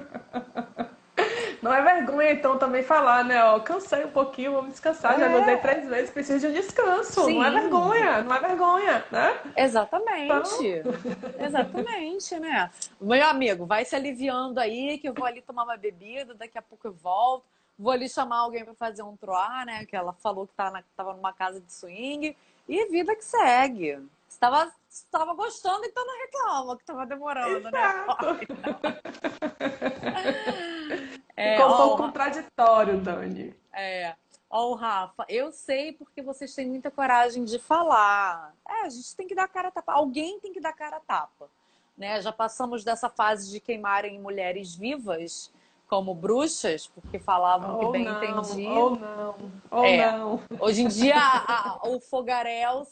Não é vergonha, então, também falar, né? Ó, cansei um pouquinho, vou descansar. Já gozei É, 3 vezes, preciso de um descanso. Não é sim, vergonha, não é vergonha, né? Então, exatamente. Exatamente, né? Meu amigo, vai se aliviando aí, que eu vou ali tomar uma bebida, daqui a pouco eu volto. Vou ali chamar alguém para fazer um troar, né? Que ela falou que tava numa casa de swing. E vida que segue. Estava gostando, então não reclama que tava demorando, né? exato. Ficou um pouco Ó, contraditório, Dani. é, ó, o Rafa, eu sei porque vocês têm muita coragem de falar. A gente tem que dar cara a tapa. Alguém tem que dar cara a tapa, né? Já passamos dessa fase de queimarem mulheres vivas como bruxas, porque falavam que Ou bem não, entendiam. ou não, ou É. não. Hoje em dia o fogaréu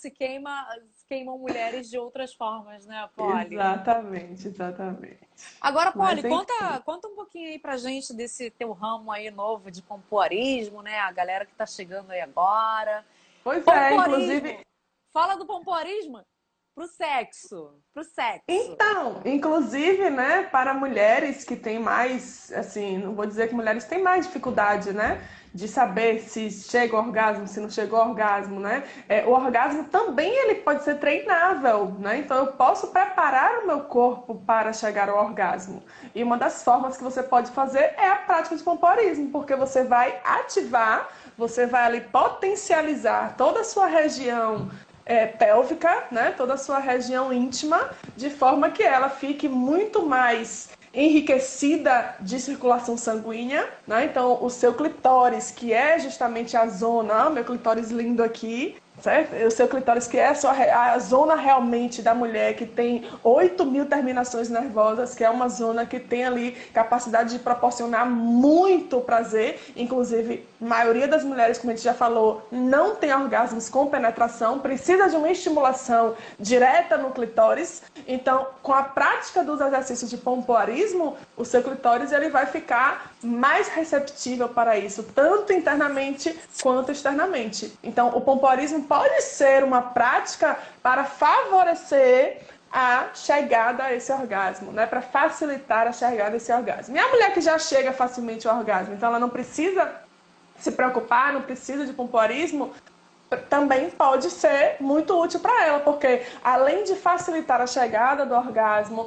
queimam mulheres de outras formas, né, Polly? Exatamente, exatamente. Agora, Polly, Mas conta, enfim. conta um pouquinho aí pra gente desse teu ramo aí novo de pompoarismo, né? A galera que tá chegando aí agora. Pois é, inclusive. Pompoarismo! Fala do pompoarismo pro sexo. Pro sexo. Então, inclusive, né, para mulheres que têm mais, assim, não vou dizer que mulheres têm mais dificuldade, né, de saber se chega ao orgasmo, se não chegou ao orgasmo, né? O orgasmo também ele pode ser treinável, né? Então eu posso preparar o meu corpo para chegar ao orgasmo. E uma das formas que você pode fazer é a prática de pompoarismo, porque você vai ativar, você vai ali potencializar toda a sua região pélvica, né, toda a sua região íntima, de forma que ela fique muito mais enriquecida de circulação sanguínea, né? Então, o seu clitóris, que é justamente a zona, meu clitóris lindo aqui, certo? O seu clitóris, que é a zona realmente da mulher, que tem 8.000 terminações nervosas, que é uma zona que tem ali capacidade de proporcionar muito prazer. Inclusive, a maioria das mulheres, como a gente já falou, não tem orgasmos com penetração, precisa de uma estimulação direta no clitóris. Então, com a prática dos exercícios de pompoarismo, o seu clitóris ele vai ficar mais receptível para isso, tanto internamente quanto externamente. Então, o pompoarismo pode ser uma prática para favorecer a chegada a esse orgasmo, né? Para facilitar a chegada a esse orgasmo. E a mulher que já chega facilmente ao orgasmo, então ela não precisa se preocupar, não precisa de pompoarismo, também pode ser muito útil para ela, porque além de facilitar a chegada do orgasmo,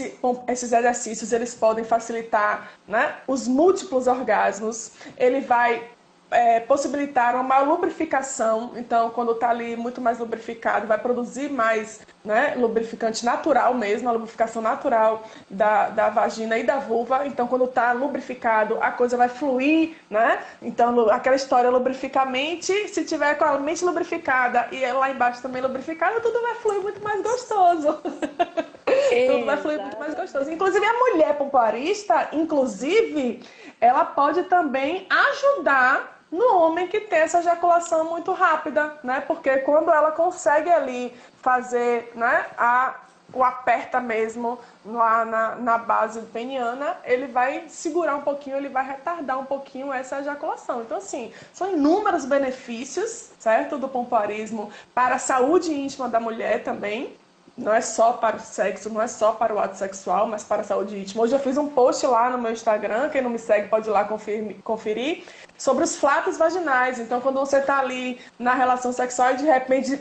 esses exercícios eles podem facilitar, né, os múltiplos orgasmos. Ele vai possibilitar uma maior lubrificação, então quando está ali muito mais lubrificado, vai produzir mais, né, lubrificante natural mesmo, a lubrificação natural da vagina e da vulva. Então quando está lubrificado, a coisa vai fluir, né? Então aquela história, lubrifica a mente, se tiver com a mente lubrificada e lá embaixo também lubrificada, tudo vai fluir muito mais gostoso. Tudo vai fluir muito mais gostoso. Exatamente. Inclusive, a mulher pompoarista, inclusive, ela pode também ajudar no homem que tem essa ejaculação muito rápida, né? Porque quando ela consegue ali fazer, né, o aperta mesmo lá na base peniana, ele vai segurar um pouquinho, ele vai retardar um pouquinho essa ejaculação. Então, assim, são inúmeros benefícios, certo? Do pompoarismo para a saúde íntima da mulher também. Não é só para o sexo, não é só para o ato sexual, mas para a saúde íntima. Hoje eu fiz um post lá no meu Instagram, quem não me segue pode ir lá conferir, sobre os flatos vaginais. Então, quando você está ali na relação sexual e de repente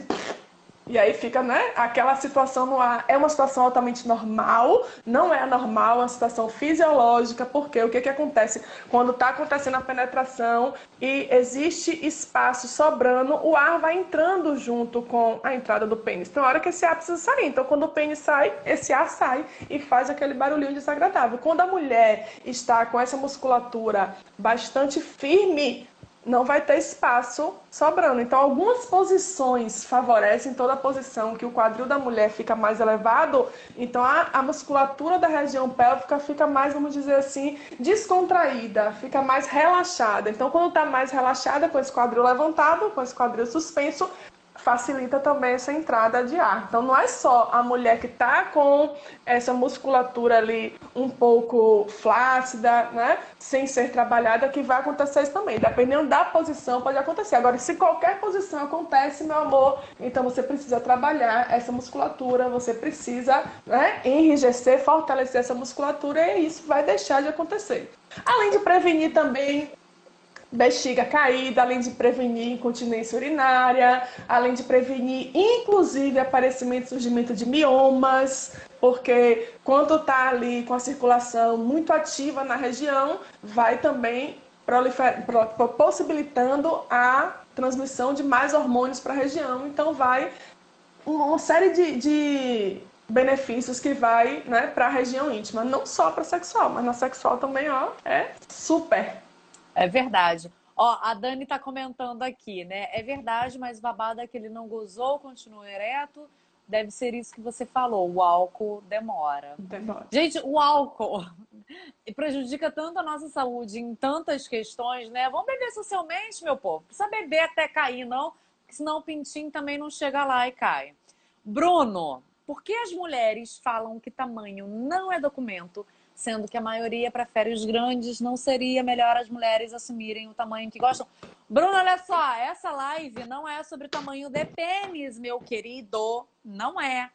e aí fica, né, aquela situação no ar. É uma situação altamente normal, não é anormal, é uma situação fisiológica, porque o que que acontece? Quando está acontecendo a penetração e existe espaço sobrando, o ar vai entrando junto com a entrada do pênis. Então, a hora que esse ar precisa sair. Então, quando o pênis sai, esse ar sai e faz aquele barulhinho desagradável. Quando a mulher está com essa musculatura bastante firme, não vai ter espaço sobrando. Então, algumas posições favorecem toda a posição que o quadril da mulher fica mais elevado. Então, a musculatura da região pélvica fica mais, vamos dizer assim, descontraída, fica mais relaxada. Então, quando está mais relaxada, com esse quadril levantado, com esse quadril suspenso, facilita também essa entrada de ar. Então não é só a mulher que está com essa musculatura ali um pouco flácida, né, sem ser trabalhada, que vai acontecer isso também. Dependendo da posição pode acontecer. Agora, se qualquer posição acontece, meu amor, então você precisa trabalhar essa musculatura, você precisa, né, enrijecer, fortalecer essa musculatura e isso vai deixar de acontecer. Além de prevenir também bexiga caída, além de prevenir incontinência urinária, além de prevenir, inclusive, aparecimento e surgimento de miomas, porque quando está ali com a circulação muito ativa na região, vai também possibilitando a transmissão de mais hormônios para a região. Então, vai uma série de benefícios que vai, né, para a região íntima. Não só para sexual, mas na sexual também, ó, é super. É verdade. Ó, a Dani tá comentando aqui, né? É verdade, mas o babado é que ele não gozou, continua ereto. Deve ser isso que você falou. O álcool demora. Demora. Gente, o álcool prejudica tanto a nossa saúde em tantas questões, né? Vamos beber socialmente, meu povo. Não precisa beber até cair, não, porque senão o pintinho também não chega lá e cai. Bruno, por que as mulheres falam que tamanho não é documento, sendo que a maioria prefere os grandes? Não seria melhor as mulheres assumirem o tamanho que gostam? Bruno, olha só, essa live não é sobre o tamanho de pênis, meu querido. Não é.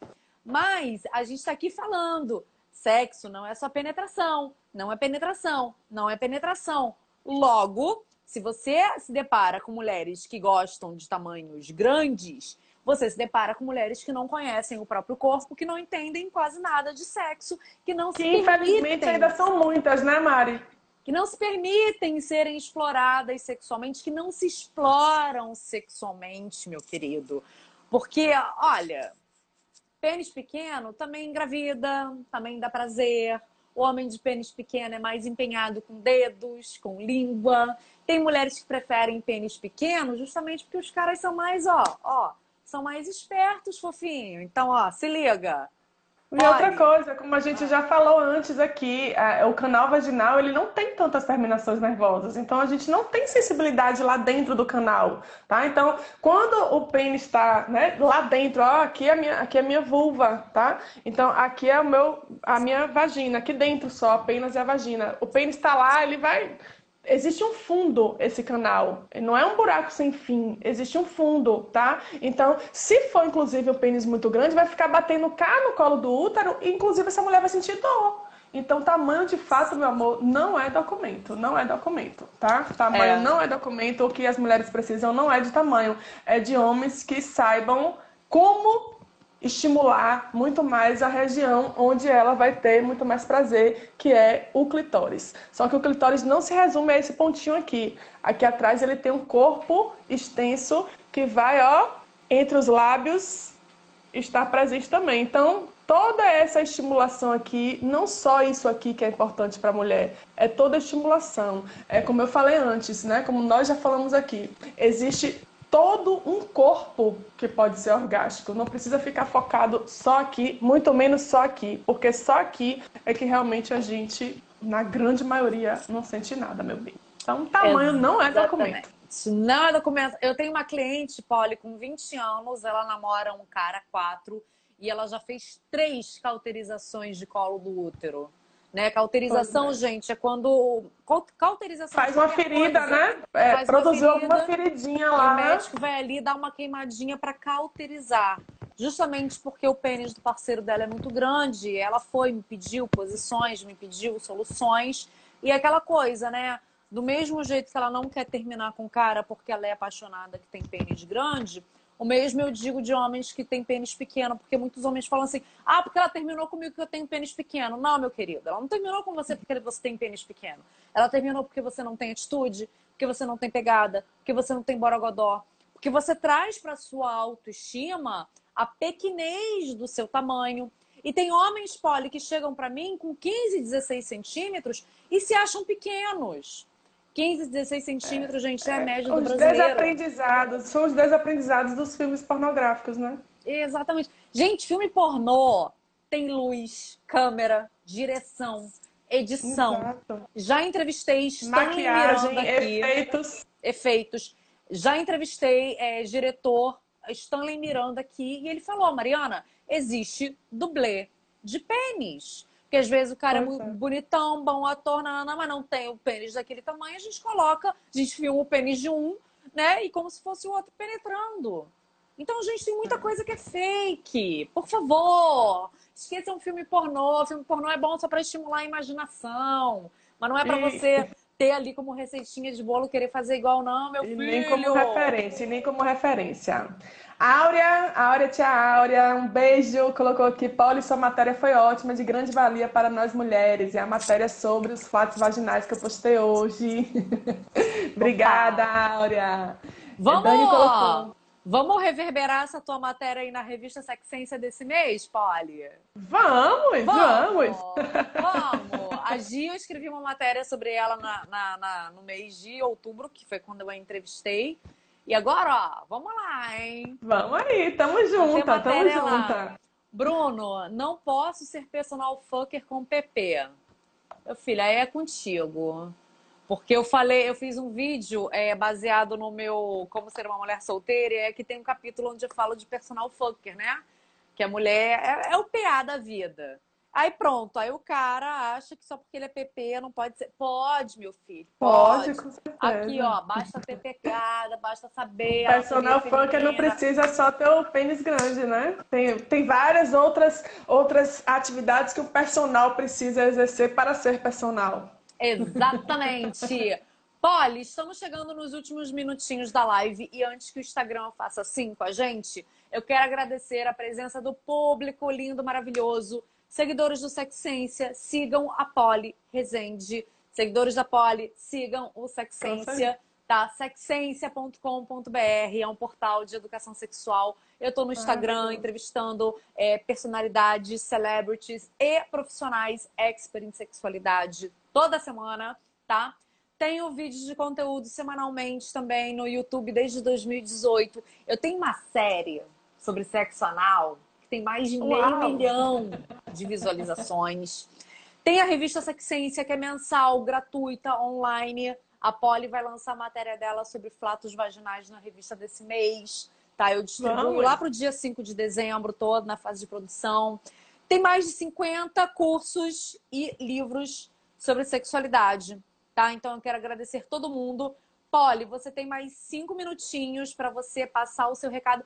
Mas a gente está aqui falando. Sexo não é só penetração. Não é penetração. Não é penetração. Logo, se você se depara com mulheres que gostam de tamanhos grandes, você se depara com mulheres que não conhecem o próprio corpo, que não entendem quase nada de sexo, que não se Que infelizmente permitem, ainda são muitas, né, Mari? que não se permitem serem exploradas sexualmente, que não se exploram sexualmente, meu querido. Porque, olha, pênis pequeno também engravida, também dá prazer. O homem de pênis pequeno é mais empenhado com dedos, com língua. Tem mulheres que preferem pênis pequeno justamente porque os caras são mais, são mais espertos, fofinho. Então, se liga. E outra Olha, coisa, como a gente já falou antes aqui, o canal vaginal ele não tem tantas terminações nervosas, então a gente não tem sensibilidade lá dentro do canal, tá? Então, quando o pênis está, né, lá dentro, ó, aqui é a minha vulva, tá? Então, aqui é a minha vagina, aqui dentro só, apenas é a vagina. O pênis está lá, ele vai. Existe um fundo esse canal, não é um buraco sem fim, existe um fundo, tá? Então, se for inclusive um pênis muito grande, vai ficar batendo cá no colo do útero e inclusive essa mulher vai sentir dor. Então, tamanho de fato, meu amor, não é documento, não é documento, tá? Tamanho não é documento, o que as mulheres precisam não é de tamanho, é de homens que saibam como estimular muito mais a região onde ela vai ter muito mais prazer, que é o clitóris. Só que o clitóris não se resume a esse pontinho aqui. Aqui atrás ele tem um corpo extenso que vai, ó, entre os lábios, estar presente também. Então, toda essa estimulação aqui, não só isso aqui que é importante para a mulher, é toda a estimulação. É como eu falei antes, né? Como nós já falamos aqui, existe todo um corpo que pode ser orgástico. Não precisa ficar focado só aqui, muito menos só aqui, porque só aqui é que realmente a gente, na grande maioria, não sente nada, meu bem. Então, tamanho não é documento. Não é documento. Eu tenho uma cliente, Polly, com 20 anos, ela namora um cara 4 e ela já fez 3 cauterizações de colo do útero. Né? Cauterização, gente, é quando... Cauterização faz uma ferida, coisa, né? Produziu alguma feridinha lá. O médico vai ali dar uma queimadinha para cauterizar. Justamente porque o pênis do parceiro dela é muito grande. Ela foi, me pediu posições, me pediu soluções. E aquela coisa, né? Do mesmo jeito que ela não quer terminar com o cara porque ela é apaixonada que tem pênis grande... O mesmo eu digo de homens que têm pênis pequeno, porque muitos homens falam assim, porque ela terminou comigo que eu tenho pênis pequeno. Não, meu querido, ela não terminou com você porque você tem pênis pequeno. Ela terminou porque você não tem atitude, porque você não tem pegada, porque você não tem borogodó. Porque você traz para sua autoestima a pequenez do seu tamanho. E tem homens, Polly, que chegam para mim com 15, 16 centímetros e se acham pequenos. 15, 16 centímetros, gente, é a média do brasileiro. São os desaprendizados dos filmes pornográficos, né? Exatamente. Gente, filme pornô tem luz, câmera, direção, edição. Exato. Já entrevistei Stanley Miranda aqui. Efeitos. Já entrevistei diretor Stanley Miranda aqui e ele falou, Mariana, existe dublê de pênis. Porque às vezes o cara é muito bonitão, bom ator, mas não tem o pênis daquele tamanho, a gente filma o pênis de um, né? E como se fosse o outro penetrando. Então, gente, tem muita coisa que é fake. Por favor, esqueçam filme pornô. Filme pornô é bom só para estimular a imaginação. Mas não é para você ter ali como receitinha de bolo, querer fazer igual, não, meu filho. Nem como referência. Áurea, tia Áurea, um beijo, colocou aqui, Polly, sua matéria foi ótima, de grande valia para nós mulheres, e a matéria sobre os flatos vaginais que eu postei hoje. Obrigada, Áurea. Vamos! Dani colocou. Vamos reverberar essa tua matéria aí na revista Sexência desse mês, Polly? Vamos, vamos! Vamos! A Gia, eu escrevi uma matéria sobre ela no mês de outubro, que foi quando eu a entrevistei. E agora, ó, vamos lá, hein? Vamos aí, tamo junta, tamo junta. Bruno, não posso ser personal fucker com PP. Meu filho, aí é contigo. Porque eu fiz um vídeo baseado no meu Como Ser uma Mulher Solteira, e é que tem um capítulo onde eu falo de personal fucker, né? Que a mulher é o PA da vida. Aí pronto, aí o cara acha que só porque ele é PP não pode ser. Pode, meu filho, Pode, com certeza. Aqui, ó, basta ter pegada, basta saber. Personal fucker não precisa só ter o pênis grande, né? Tem várias outras atividades que o personal precisa exercer para ser personal. Exatamente. Polly, estamos chegando nos últimos minutinhos da live e antes que o Instagram faça assim com a gente, eu quero agradecer a presença do público lindo, maravilhoso. Seguidores do Sexência, sigam a Polly Rezende. Seguidores da Polly, sigam o Sexência, tá? Sexência.com.br é um portal de educação sexual. Eu tô no Instagram entrevistando personalidades, celebrities e profissionais expert em sexualidade toda semana, tá? Tenho vídeos de conteúdo semanalmente também no YouTube desde 2018. Eu tenho uma série sobre sexo anal que tem mais de meio milhão de visualizações. Tem a revista Sexência, que é mensal, gratuita, online. A Polly vai lançar a matéria dela sobre flatos vaginais na revista desse mês. Tá? Eu distribuo lá pro dia 5 de dezembro, todo na fase de produção. Tem mais de 50 cursos e livros sobre sexualidade, tá? Então eu quero agradecer todo mundo. Polly, você tem mais 5 minutinhos para você passar o seu recado.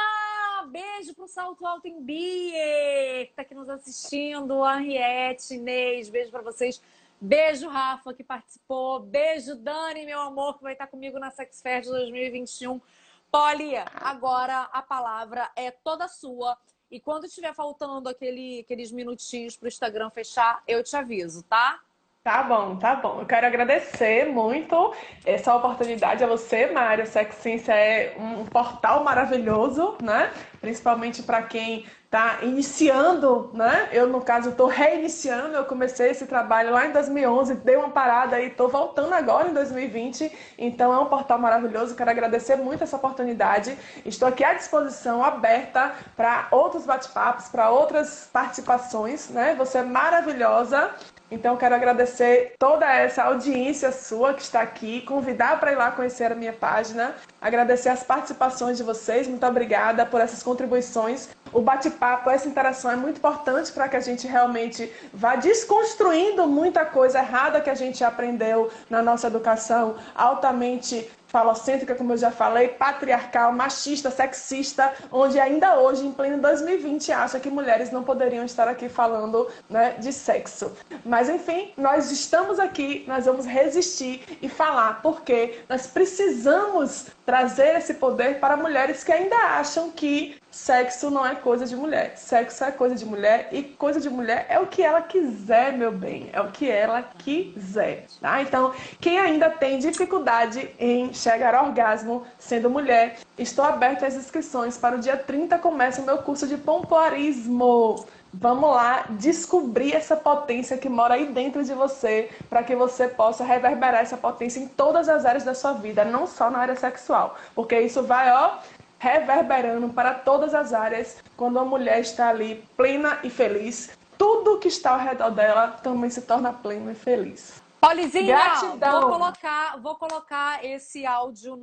Beijo pro Salto Alto em Bie, que tá aqui nos assistindo. Henriette, Inês, beijo para vocês. Beijo, Rafa, que participou. Beijo, Dani, meu amor, que vai estar comigo na Sex Fest 2021. Polly, agora a palavra é toda sua. E quando estiver faltando aqueles minutinhos pro Instagram fechar, eu te aviso, tá? Tá bom, tá bom. Eu quero agradecer muito essa oportunidade a você, Mari. A Sexência é um portal maravilhoso, né? Principalmente para quem está iniciando, né? Eu, no caso, estou reiniciando. Eu comecei esse trabalho lá em 2011, dei uma parada e estou voltando agora em 2020. Então, é um portal maravilhoso. Quero agradecer muito essa oportunidade. Estou aqui à disposição, aberta para outros bate-papos, para outras participações, né? Você é maravilhosa. Então, quero agradecer toda essa audiência sua que está aqui, convidar para ir lá conhecer a minha página, agradecer as participações de vocês, muito obrigada por essas contribuições. O bate-papo, essa interação é muito importante para que a gente realmente vá desconstruindo muita coisa errada que a gente aprendeu na nossa educação altamente falocêntrica, como eu já falei, patriarcal, machista, sexista, onde ainda hoje, em pleno 2020, acha que mulheres não poderiam estar aqui falando, né, de sexo. Mas, enfim, nós estamos aqui, nós vamos resistir e falar, porque nós precisamos trazer esse poder para mulheres que ainda acham que sexo não é coisa de mulher. Sexo é coisa de mulher e coisa de mulher é o que ela quiser, meu bem. É o que ela quiser, tá? Então, quem ainda tem dificuldade em chegar ao orgasmo sendo mulher, estou aberta às inscrições. Para o dia 30 começa o meu curso de pompoarismo. Vamos lá descobrir essa potência que mora aí dentro de você, para que você possa reverberar essa potência em todas as áreas da sua vida, não só na área sexual. Porque isso vai, reverberando para todas as áreas. Quando a mulher está ali plena e feliz, tudo que está ao redor dela também se torna pleno e feliz. Polizinha, vou colocar esse áudio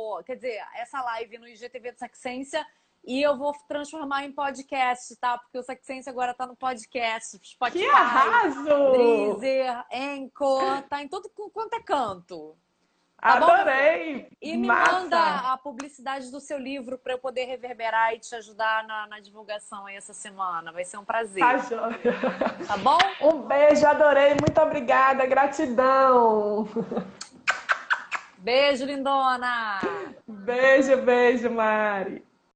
essa live no IGTV do Sexência e eu vou transformar em podcast, tá? Porque o Sexência agora tá no podcast, Spotify, que arraso! Deezer, Anchor, tá em tudo quanto é canto. Tá Adorei! Bom? E me manda a publicidade do seu livro para eu poder reverberar e te ajudar na divulgação aí essa semana. Vai ser um prazer. Tá joia. Tá bom? Um beijo, adorei. Muito obrigada. Gratidão. Beijo, lindona! Beijo, beijo, Mari.